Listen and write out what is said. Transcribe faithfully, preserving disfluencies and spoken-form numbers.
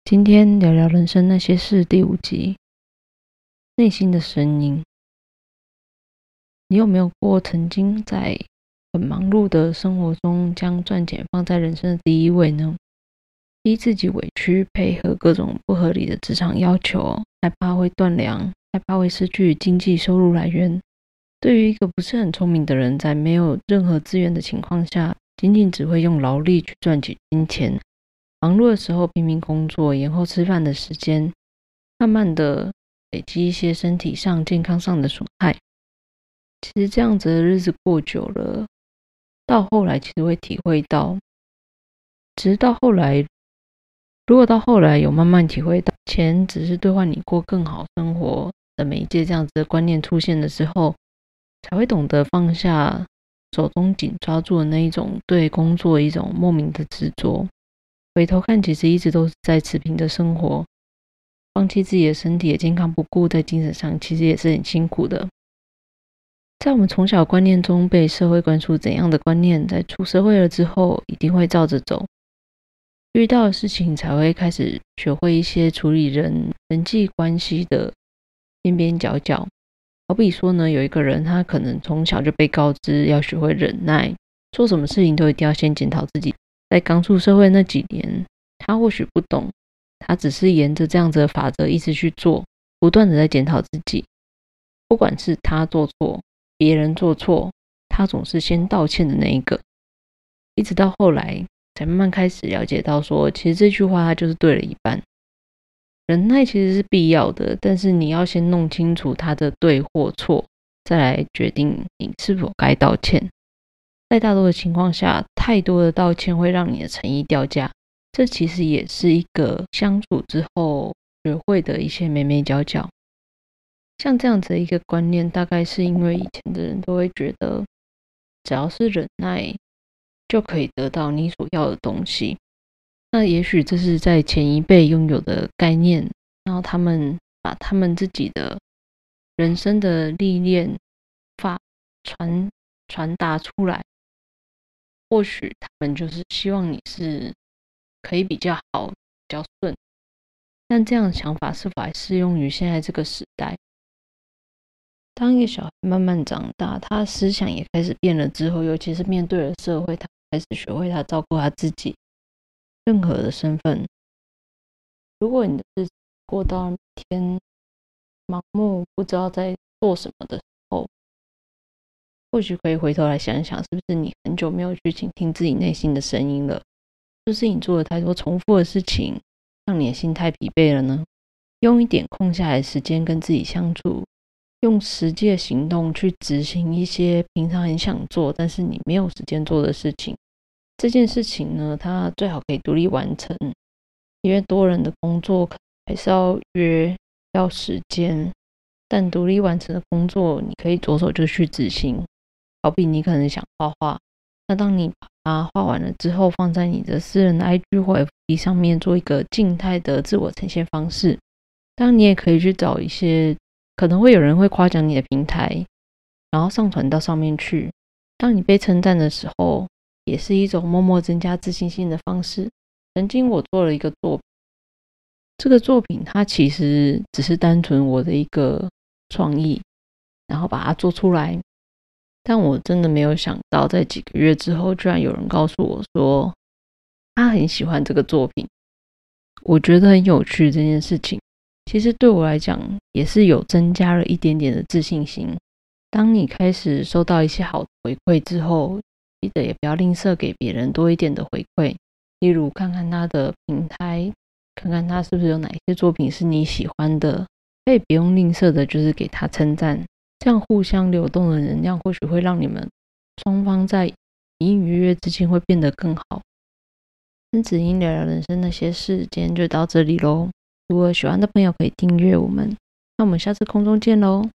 今天聊聊人生那些事第五集，内心的声音。你有没有过曾经在很忙碌的生活中将赚钱放在人生的第一位呢？逼自己委屈配合各种不合理的职场要求，害怕会断粮，害怕会失去经济收入来源。对于一个不是很聪明的人，在没有任何资源的情况下，仅仅只会用劳力去赚取金钱，忙碌的时候拼命工作，延后吃饭的时间，慢慢的累积一些身体上健康上的损害。其实这样子的日子过久了，到后来其实会体会到，只是到后来如果到后来有慢慢体会到钱只是兑换你过更好生活的媒介，这样子的观念出现的时候，才会懂得放下手中紧抓住的那一种对工作一种莫名的执着。回头看，其实一直都是在持平的生活，放弃自己的身体的健康不顾，在精神上其实也是很辛苦的。在我们从小观念中被社会灌输怎样的观念，在出社会了之后一定会照着走，遇到的事情才会开始学会一些处理人人际关系的边边角角。好比说呢，有一个人他可能从小就被告知要学会忍耐，做什么事情都一定要先检讨自己。在刚出社会那几年，他或许不懂，他只是沿着这样子的法则一直去做，不断的在检讨自己。不管是他做错，别人做错，他总是先道歉的那一个。一直到后来才慢慢开始了解到说，其实这句话他就是对了一半。忍耐其实是必要的，但是你要先弄清楚他的对或错，再来决定你是否该道歉。在大多的情况下，太多的道歉会让你的诚意掉价，这其实也是一个相处之后学会的一些眉眉角角。像这样子的一个观念，大概是因为以前的人都会觉得，只要是忍耐就可以得到你所要的东西。那也许这是在前一辈拥有的概念，然后他们把他们自己的人生的历练发传传达出来。或许他们就是希望你是可以比较好、比较顺，但这样的想法是否还适用于现在这个时代？当一个小孩慢慢长大，他思想也开始变了之后，尤其是面对了社会，他开始学会他照顾他自己。任何的身份，如果你的日子过到每天盲目不知道在做什么的时候，或许可以回头来想想，是不是你很久没有去倾听自己内心的声音了？是不是你做了太多重复的事情，让你的心太疲惫了呢？用一点空下来的时间跟自己相处，用实际的行动去执行一些平常很想做但是你没有时间做的事情。这件事情呢，它最好可以独立完成，因为多人的工作还是要约要时间，但独立完成的工作你可以着手就去执行。好比你可能想画画，那当你把它画完了之后，放在你的私人的 I G 或 F B 上面做一个静态的自我呈现方式。当然你也可以去找一些可能会有人会夸奖你的平台，然后上传到上面去。当你被称赞的时候，也是一种默默增加自信心的方式。曾经我做了一个作品，这个作品它其实只是单纯我的一个创意，然后把它做出来。但我真的没有想到，在几个月之后，居然有人告诉我说，他很喜欢这个作品。我觉得很有趣这件事情，其实对我来讲，也是有增加了一点点的自信心。当你开始收到一些好的回馈之后，记得也不要吝啬给别人多一点的回馈，例如看看他的平台，看看他是不是有哪一些作品是你喜欢的，可以不用吝啬的就是给他称赞。这样互相流动的能量或许会让你们双方在隐隐约约之间会变得更好。跟子英聊聊人生那些事，今天就到这里咯。如果喜欢的朋友可以订阅我们，那我们下次空中见咯。